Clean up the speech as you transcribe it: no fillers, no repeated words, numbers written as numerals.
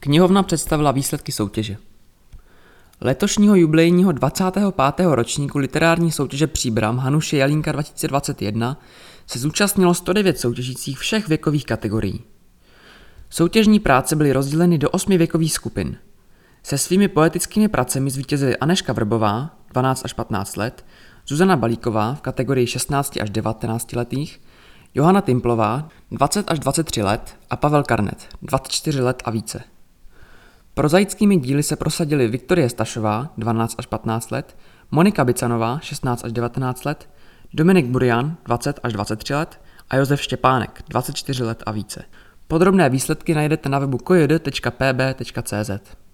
Knihovna představila výsledky soutěže. Letošního jubilejního 25. ročníku literární soutěže Příbram Hanuše Jelínka 2021 se zúčastnilo 109 soutěžících všech věkových kategorií. Soutěžní práce byly rozděleny do 8 věkových skupin. Se svými poetickými pracemi zvítězily Anežka Vrbová, 12 až 15 let, Zuzana Balíková v kategorii 16 až 19 letých, Johana Timplová, 20 až 23 let a Pavel Karnet, 24 let a více. Prozaickými díly se prosadily Viktorie Stašová, 12 až 15 let, Monika Bicanová, 16 až 19 let, Dominik Burian, 20 až 23 let a Josef Štěpánek, 24 let a více. Podrobné výsledky najdete na webu kojd.pb.cz.